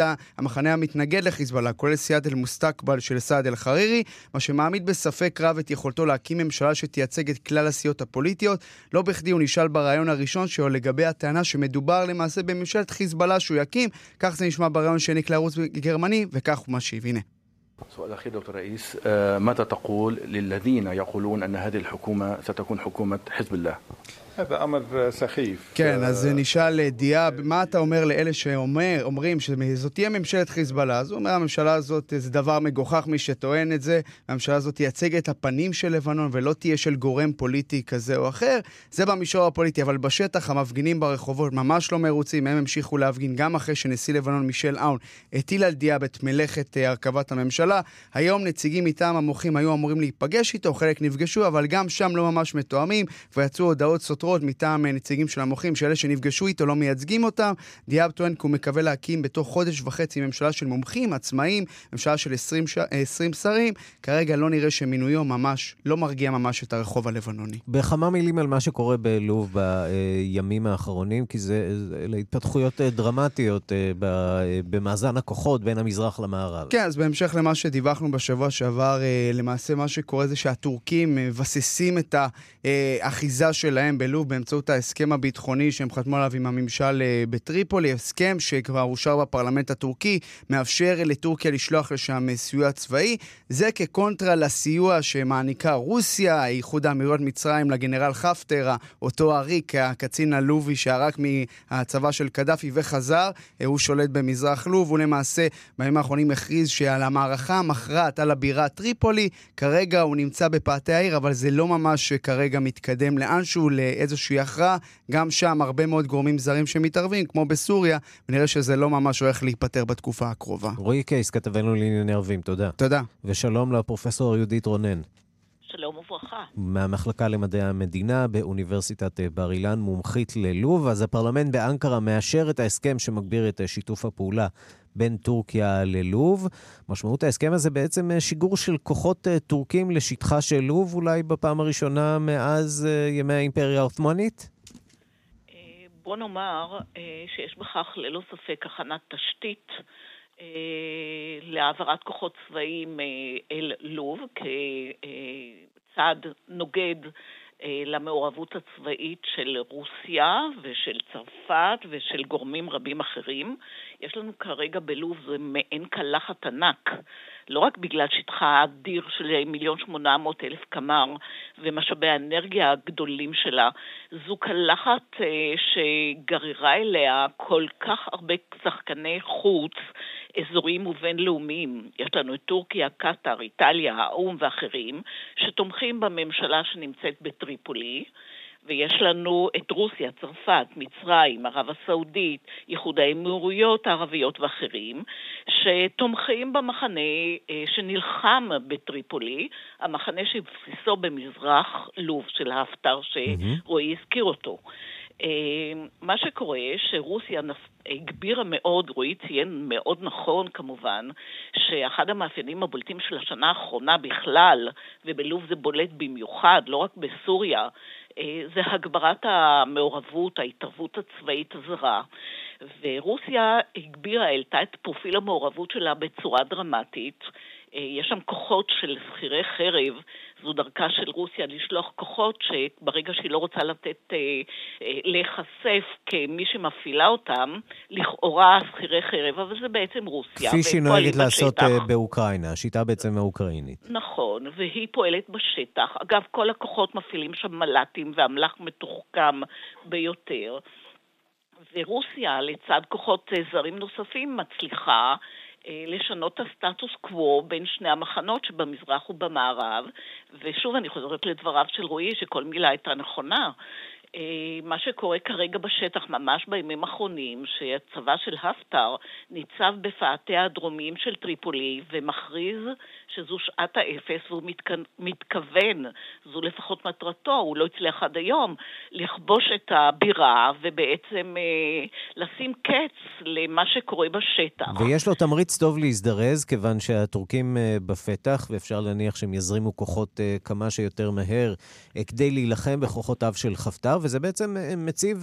S1: המחנה המתנגד לחיזבאללה, כולל סיעת אל-מוסתקבל של סעד אל-חרירי, מה שמעמיד בספק רב את יכולתו להקים ממשלה שתייצג את כלל הסיעות הפוליטיות. לא בכדי הוא נשאל ברעיון הראשון שלו לגבי הטענה שמדובר למעשה בממשלת חיזבאללה שהוא יקים. כך זה נשמע ברעיון שני לערוץ גרמני, וכך הוא משיב. הנה.
S4: السؤال الأخير دكتور رئيس ماذا تقول للذين يقولون أن هذه الحكومة ستكون حكومة حزب الله؟
S6: هذا أمر سخيف.
S1: כן, אז נשאל דיאב, מה אתה אומר לאלה שאומרים שזאת תהיה ממשלת חיזבאללה? אז הוא אומר, הממשלה הזאת זה דבר מגוחך מי שטוען את זה, הממשלה הזאת תייצג את הפנים של לבנון ולא תהיה של גורם פוליטי כזה או אחר. זה במישור הפוליטי, אבל בשטח המפגינים ברחובות ממש לא מרוצים, הם המשיכו להפגין גם אחרי שנשיא לבנון מישל און הטיל על דיאב את מלאכת הרכבת הממשלה. היום נציגים מטעם המוחים היו אמורים להיפגש איתו, חלק נפגשו, אבל גם שם לא ממש מתואמים, ויצאו הודעות סותרות מטעם נציגים של המוחים, שאלה שנפגשו איתו לא מייצגים אותם. דיאב טוען כי הוא מקווה להקים בתוך חודש וחצי ממשלה של מומחים, עצמאים, ממשלה של 20 שרים. כרגע לא נראה שמינויו ממש, לא מרגיע ממש את הרחוב הלבנוני.
S2: בכמה מילים על מה שקורה בלוב בימים האחרונים, כי זה התפתחויות דרמטיות במאזן הכוחות בין המזרח למערב.
S1: כן, אז בהמשך למה שדיווחנו בשבוע שעבר, למעשה מה שקורה זה שהטורקים מבססים את האחיזה שלהם בלוב באמצעות ההסכם הביטחוני שהם חתמו עליו עם הממשל בטריפולי, הסכם שכבר אושר בפרלמנט הטורקי, מאפשר לטורקיה לשלוח לשם סיוע צבאי. זה כקונטרה לסיוע שמעניקה רוסיה, איחוד האמירויות מצרים לגנרל חפטר, אותו עריק, הקצין הלובי שערק מהצבא של קדאפי וחזר, הוא שולט במזרח לוב, הוא למעשה בימים האחרונים הכריז שעל המערכה המכרעת על הבירה טריפולי, כרגע הוא נמצא בפאתי העיר, אבל זה לא ממש כרגע מתקדם לאנשהו לאיזושהי הכרעה. גם שם הרבה מאוד גורמים זרים שמתערבים, כמו בסוריה, ונראה שזה לא ממש הולך להיפטר בתקופה הקרובה.
S2: רועי קייס, כתבנו לענייני ערבים, תודה.
S1: תודה.
S2: ושלום לפרופסור יהודית רונן.
S23: שלום וברכה.
S2: מהמחלקה למדעי המדינה באוניברסיטת בר אילן, מומחית ללוב. אז הפרלמנט באנקרה מאשר את ההסכם שמגביר את שיתוף הפעולה בין טורקיה ללוב. משמעות ההסכם הזה בעצם שיגור של כוחות טורקים לשטחה של לוב, אולי בפעם הראשונה מאז ימי האימפריה העות'מאנית?
S23: בוא נאמר שיש בכך ללא ספק הכנת תשתית להעברת כוחות צבאיים אל לוב כצעד נוגד למעורבות הצבאית של רוסיה ושל צרפת ושל גורמים רבים אחרים. יש לנו כרגע בלוב זה מעין קלחת ענק, לא רק בגלל שטחה האדיר של 1,800,000 קמ"ר ומשאבי האנרגיה הגדולים שלה, זו קלחת שגררה אליה כל כך הרבה שחקני חוץ אזוריים ובינלאומיים. יש לנו את טורקיה, קטר, איטליה, האום ואחרים שתומכים בממשלה שנמצאת בטריפולי, ויש לנו את רוסיה, צרפת, מצרים, ערב הסעודית, איחוד האמירויות הערביות ואחרים, שתומכים במחנה שנלחם בטריפולי, המחנה שבסיסו במזרח לוב של האפטר שרועי הזכיר אותו. מה שקורה שרוסיה הגבירה מאוד, רועי ציין מאוד נכון כמובן, שאחד המאפיינים הבולטים של השנה האחרונה בכלל, ובלוב זה בולט במיוחד, לא רק בסוריה, זה הגברת המעורבות, ההתערבות הצבאית הזרה. ורוסיה הגבירה, העלתה את פרופיל המעורבות שלה בצורה דרמטית. יש שם כוחות של שכירי חרב, זו דרכה של רוסיה לשלוח כוחות שברגע שהיא לא רוצה לתת, להיחשף כמי שמפעילה אותם, לכאורה שכירי חרב, אבל זה בעצם רוסיה.
S2: כפי שהיא נוהגת לעשות באוקראינה, השיטה בעצם האוקראינית.
S23: נכון, והיא פועלת בשטח. אגב, כל הכוחות מפעילים שם מל"טים ואמל"ח מתוחכם ביותר. ורוסיה, לצד כוחות זרים נוספים, מצליחה לשנות את הסטטוס קוו בין שני המחנות שבמזרח ובמערב, ושוב אני חוזרת לדבריו של רועי שכל מילה הייתה נכונה. מה שקורה כרגע בשטח ממש בימים האחרונים, שהצבא של הפטר ניצב בפאתיה הדרומיים של טריפולי ומכריז שזו שעת האפס, והוא מתכוון, זו לפחות מטרתו, הוא לא הצליח עד היום, לכבוש את הבירה ובעצם לשים קץ למה שקורה בשטח.
S2: ויש לו תמריץ טוב להזדרז, כיוון שהטורקים בפתח, ואפשר להניח שהם יזרימו כוחות כמה שיותר מהר כדי להילחם בכוחותיו של חפטר, וזה בעצם מציב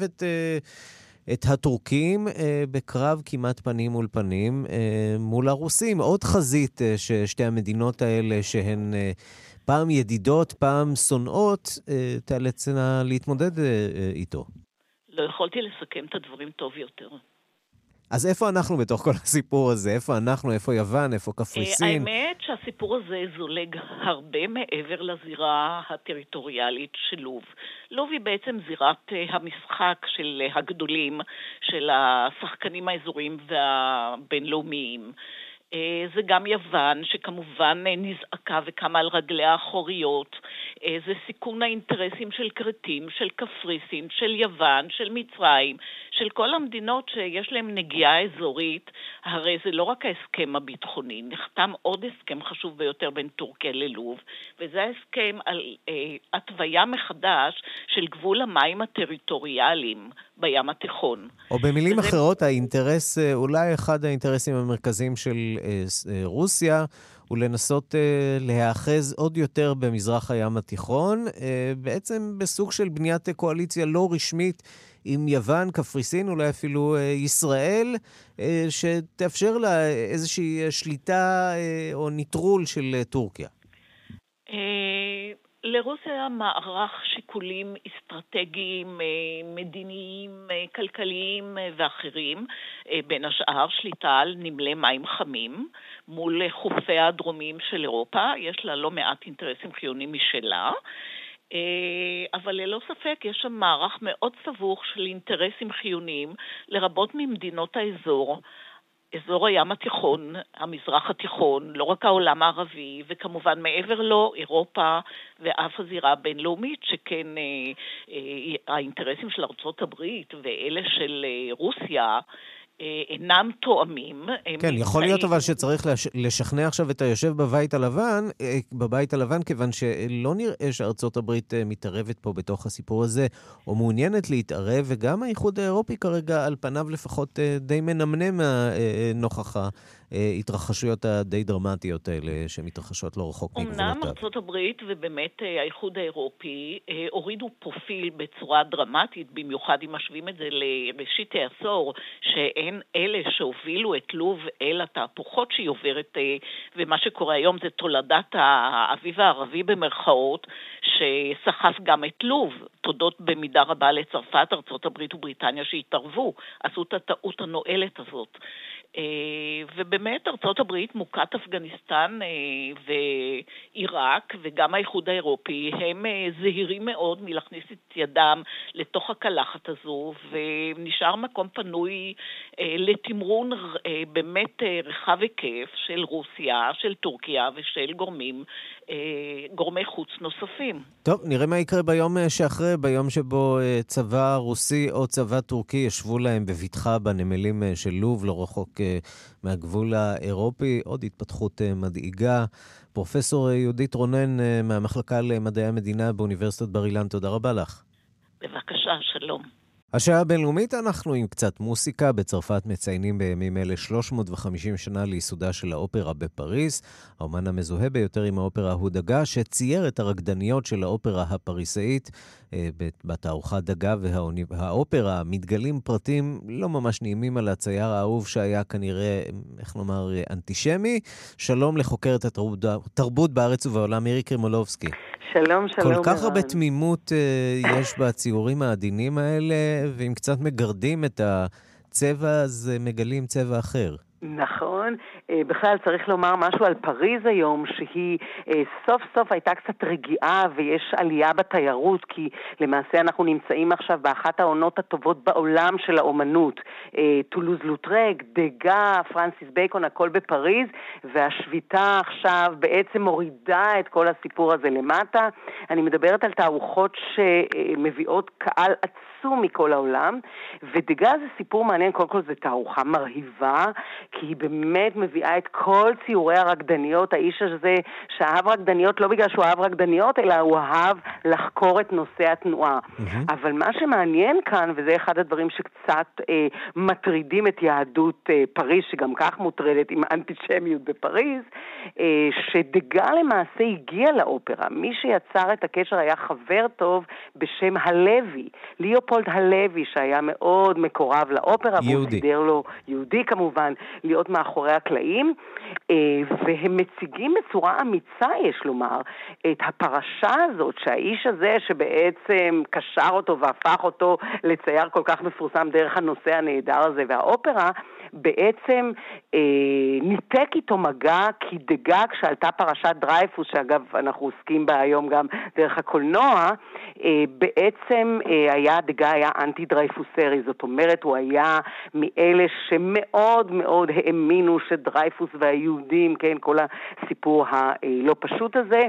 S2: את הטורקים בקרב כמעט פנים מול פנים מול הרוסים. עוד חזית ששתי המדינות האלה שהן פעם ידידות, פעם שונאות, תאלצנה להתמודד איתו.
S23: לא יכולתי לסכם את הדברים טוב יותר.
S2: אז איפה אנחנו בתוך כל הסיפור הזה? איפה אנחנו? איפה יוון? איפה קפריסין?
S23: האמת שהסיפור הזה זולג הרבה מעבר לזירה הטריטוריאלית של לוב. לוב היא בעצם זירת המשחק של הגדולים, של השחקנים האזוריים והבינלאומיים. זה גם יוון, שכמובן נזעקה וקמה על רגליה האחוריות. זה סיכון האינטרסים של קרטים, של קפריסין, של יוון, של מצרים, של כל המדינות שיש להם נגיעה אזורית. הרי זה לא רק ההסכם הביטחוני, נחתם עוד הסכם חשוב ביותר בין טורקיה ללוב, וזה ההסכם על התוויה מחדש של גבול המים הטריטוריאליים בים התיכון.
S2: או במילים אחרות, האינטרס, אולי אחד האינטרסים המרכזיים של רוסיה, הוא לנסות להאחז עוד יותר במזרח הים התיכון, בעצם בסוג של בניית קואליציה לא רשמית עם יוון, קפריסין, אולי אפילו ישראל, שתאפשר לה איזושהי שליטה או ניטרול של טורקיה.
S23: לרוסיה היה מערך שיקולים אסטרטגיים, מדיניים, כלכליים ואחרים, בין השאר שליטה על נמלי מים חמים מול חופי הדרומיים של אירופה. יש לה לא מעט אינטרסים חיוניים משלה, אבל ללא ספק יש שם מערך מאוד סבוך של אינטרסים חיוניים לרבות ממדינות האזור, אזור הים התיכון, המזרח התיכון, לא רק העולם הערבי, וכמובן מעבר לו, אירופה ואף הזירה הבינלאומית, שכן האינטרסים של ארצות הברית ואלה של רוסיה אינם תואמים.
S2: כן, יכול להיות אבל שצריך לשכנע עכשיו את היושב בבית הלבן, כיוון שלא נראה שארצות הברית מתערבת פה בתוך הסיפור הזה, או מעוניינת להתערב, וגם האיחוד האירופי כרגע על פניו לפחות די מנמנם נוכח ההתרחשויות הדי דרמטיות האלה שמתרחשות לא רחוק מגבולותיו.
S23: אמנם ארצות הברית ובאמת האיחוד האירופי הורידו פרופיל בצורה דרמטית, במיוחד אם משווים את זה לראשית העשור, שהן אלה שהובילו את לוב אל התהפוכות שהיא עוברת, ומה שקורה היום זה תולדת האביב הערבי במרכאות, שסחף גם את לוב, תודות במידה רבה לצרפת, ארצות הברית ובריטניה שהתערבו, עשו את הטעות הנואלת הזאת. ובאמת ארצות הברית, מוקת אפגניסטן ועיראק וגם האיחוד האירופי הם זהירים מאוד מלהכניס את ידם לתוך הקלחת הזו, ונשאר מקום פנוי לתמרון באמת רחב היקף של רוסיה, של טורקיה ושל גורמי חוץ נוספים.
S2: טוב, נראה מה יקרה ביום שאחרי, ביום שבו צבא רוסי או צבא טורקי ישבו להם בבטחה בנמלים של לוב, לא רחוק מהגבול האירופי. עוד התפתחות מדאיגה. פרופסור יהודית רונן מהמחלקה למדעי המדינה באוניברסיטת בר אילן, תודה רבה לך.
S23: בבקשה, שלום.
S2: השעה הבינלאומית, אנחנו עם קצת מוסיקה. בצרפת מציינים בימים אלה 350 שנה לייסודה של האופרה בפריז. האומן המזוהה ביותר עם האופרה הוא דגה, שצייר את הרקדניות של האופרה הפריסאית. בתערוכת דגה והאופרה מתגלים פרטים לא ממש נעימים על הצייר האהוב שהיה כנראה, איך נאמר, אנטישמי. שלום לחוקרת התרבות בארץ ובעולם, מירי קרימולובסקי.
S7: שלום, שלום.
S2: כל כך הרבה תמימות יש בציורים העדינים האלה, ואם קצת מגרדים את הצבע, אז מגלים צבע אחר.
S7: נכון, בכלל צריך לומר משהו על פריז היום, שהיא סוף סוף הייתה קצת רגיעה ויש עלייה בתיירות, כי למעשה אנחנו נמצאים עכשיו באחת העונות הטובות בעולם של האומנות. טולוז לוטרק, דגה, פרנסיס בייקון, הכל בפריז, והשביתה עכשיו בעצם מורידה את כל הסיפור הזה למטה. אני מדברת על תערוכות שמביאות קהל עצום מכל העולם, ודגה זה סיפור מעניין. קודם כל זה תערוכה מרהיבה, כי היא באמת מביאה את כל ציורי הרקדניות. האיש הזה שאהב רקדניות לא בגלל שהוא אהב רקדניות, אלא הוא אהב לחקור את נושא התנועה. אבל מה שמעניין כאן, וזה אחד הדברים שקצת מטרידים את יהדות פריז, שגם כך מוטרדת עם אנטישמיות בפריז, שדגה למעשה הגיע לאופרה. מי שיצר את הקשר היה חבר טוב בשם הלוי, ליאופולד הלוי, שהיה מאוד מקורב לאופרה, והוא סידר לו, יהודי כמובן, להיות מאחורי הקלעים, והם מציגים בצורה אמיצה, יש לומר, את הפרשה הזאת, שהאיש הזה שבעצם קשר אותו והפך אותו לצייר כל כך מפורסם דרך הנושא הנהדר הזה והאופרה, בעצם ניתק איתו מגע, כי דגה כשעלתה פרשת דרייפוס, שאגב אנחנו עוסקים בה היום גם דרך הקולנוע, בעצם דגה היה אנטי דרייפוסרי, זאת אומרת הוא היה מאלה שמאוד מאוד האמינו שדרייפוס והיהודים, כן, כל הסיפור הלא פשוט הזה,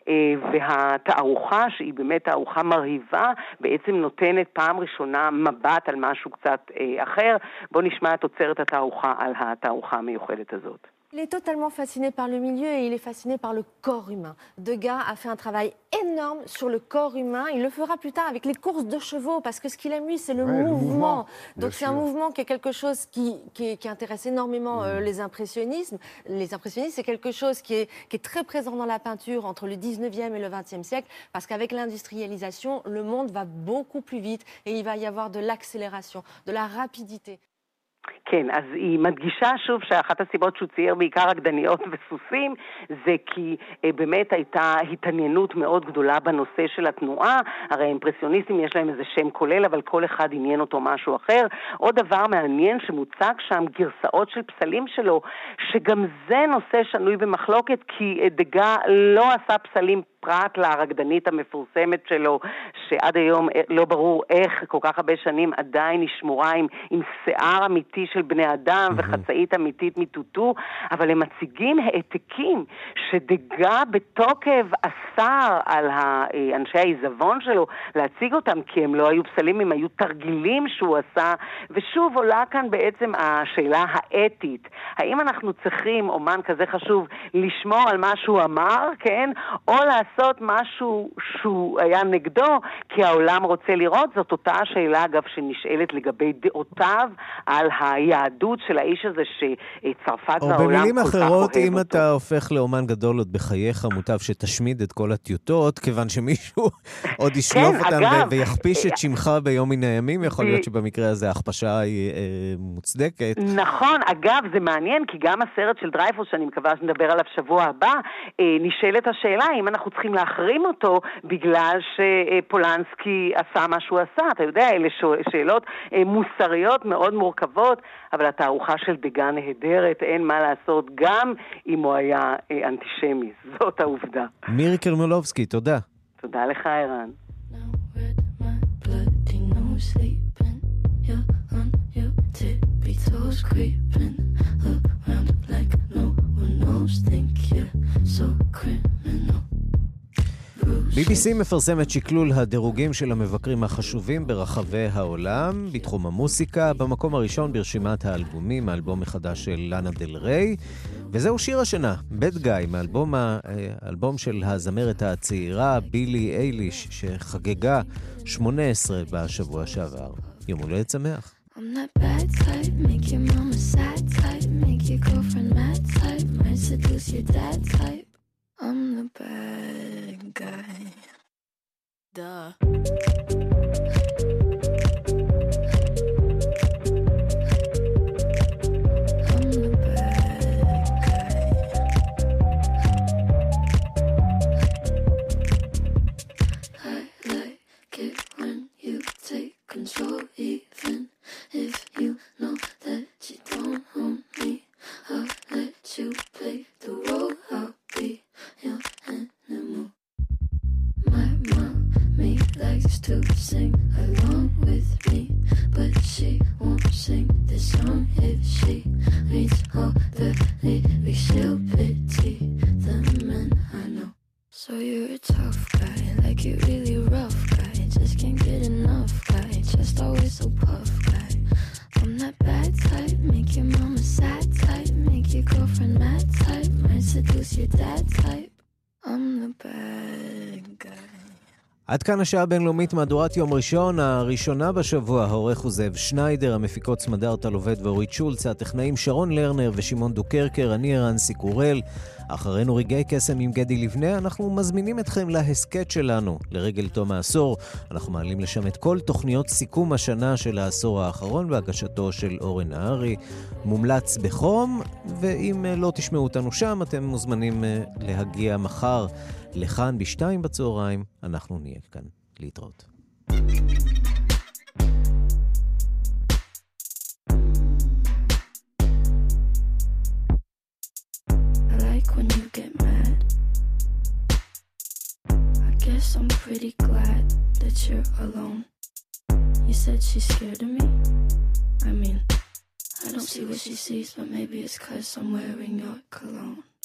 S7: והתערוכה שהיא באמת תערוכה מרהיבה בעצם נותנת פעם ראשונה מבט על משהו קצת אחר. בוא נשמע את תוצרת התערוכה על התערוכה המיוחדת הזאת.
S8: Il est totalement fasciné par le milieu et il est fasciné par le corps humain. Degas a fait un travail énorme sur le corps humain. Il le fera plus tard avec les courses de chevaux, parce que ce qu'il aime lui, c'est le mouvement. Donc c'est un mouvement qui est quelque chose qui intéresse énormément les impressionnistes. Les impressionnistes, c'est quelque chose qui est très présent dans la peinture entre le 19e et le 20e siècle, parce qu'avec l'industrialisation, le monde va beaucoup plus vite et il va y avoir de l'accélération, de la rapidité.
S7: כן, אז היא מדגישה שוב שאחת הסיבות שהוא צייר בעיקר רקדניות וסוסים, זה כי באמת הייתה התעניינות מאוד גדולה בנושא של התנועה. הרי האימפרסיוניסטים יש להם איזה שם כולל, אבל כל אחד עניין אותו משהו אחר. עוד דבר מעניין שמוצג שם גרסאות של פסלים שלו, שגם זה נושא שנוי במחלוקת, כי דגה לא עשה פסלים פרט לרקדנית המפורסמת שלו, שעד היום לא ברור איך כל כך הרבה שנים עדיין היא שמורה עם שיער אמיתי של בני אדם וחצאית אמיתית מטוטו, אבל הם מציגים העתקים שדגה בתוקף אסר על אנשי העיזבון שלו להציג אותם, כי הם לא היו פסלים, הם היו תרגילים שהוא עשה. ושוב עולה כאן בעצם השאלה האתית, האם אנחנו צריכים אומן כזה חשוב לשמור על מה שהוא אמר, כן, או לעשות משהו שהוא היה נגדו כי העולם רוצה לראות? זאת אותה השאלה אגב שנשאלת לגבי דעותיו על היהדות של האיש הזה שצרפת והעולם כל כך אוהב אותו. או במילים אחרות,
S2: אם אתה הופך לאומן גדול עוד בחייך, מוטב שתשמיד את כל הטיוטות, כיוון שמישהו עוד ישלוף אותם ויכפיש את שמך ביום מן הימים. יכול להיות שבמקרה הזה ההכפשה היא מוצדקת.
S7: נכון, אגב זה מעניין, כי גם הסרט של דרייפוס שאני מקווה שנדבר עליו שבוע הבא, נשאלת השאלה אם אנחנו צריכים להחרים אותו בגלל שפולנסקי עשה מה שהוא עשה. אתה יודע, אלה שאלות מוסריות מאוד מורכבות, אבל התערוכה של דגה נהדרת, אין מה לעשות, גם אם הוא היה אנטישמי. זאת העובדה.
S2: מירי קרימולובסקי, תודה.
S7: תודה לך, ערן.
S2: BBC מפרסמת שקלול הדירוגים של המבקרים החשובים ברחבי העולם בתחום המוסיקה. במקום הראשון ברשימת האלבומים, האלבום מחדש של לאנה דל ריי, וזהו שיר השנה, Bad Guy, האלבום של הזמרת הצעירה בילי אייליש, שחגגה 18 בשבוע שעבר. יום הולדת שמח.
S5: I'm that bad type, make your mama sad type, make your girlfriend mad type, might seduce your dad type. I'm the bad guy. Duh. Control, even if you know that you don't own me. I'll let you play the role. I'll be your animal. My mommy likes to sing along with me, but she won't sing this song if she reads all the lyrics. She'll pity the men I know. So you're a tough guy, like you're really rough guy, just can't get enough guy, just always so puff guy. I'm that bad type, make your mama sad type, make your girlfriend mad type, might seduce your dad type. I'm the bad guy.
S2: עד כאן השעה הבינלאומית, מהדורת יום ראשון, הראשונה בשבוע. העורך הוא זאב שניידר, המפיקות סמדר טלובד ואורית שולץ, הטכנאים שרון לרנר ושמעון דוקרקר, אני ערן סיקורל. אחרינו רגעי קסם עם גדי לבנה. אנחנו מזמינים אתכם להסקט שלנו לרגל תום העשור. אנחנו מעלים לשם את כל תוכניות סיכום השנה של העשור האחרון בהגשתו של אורן נהרי. מומלץ בחום, ואם לא תשמעו אותנו שם, אתם מוזמנים להגיע מחר לכאן ב14:00 בצהריים. אנחנו נהיה כאן. להתראות.
S5: When you get mad, I guess I'm pretty glad that you're alone. You said she's scared of me. I mean, I don't see what she sees, but maybe it's 'cause I'm wearing your cologne.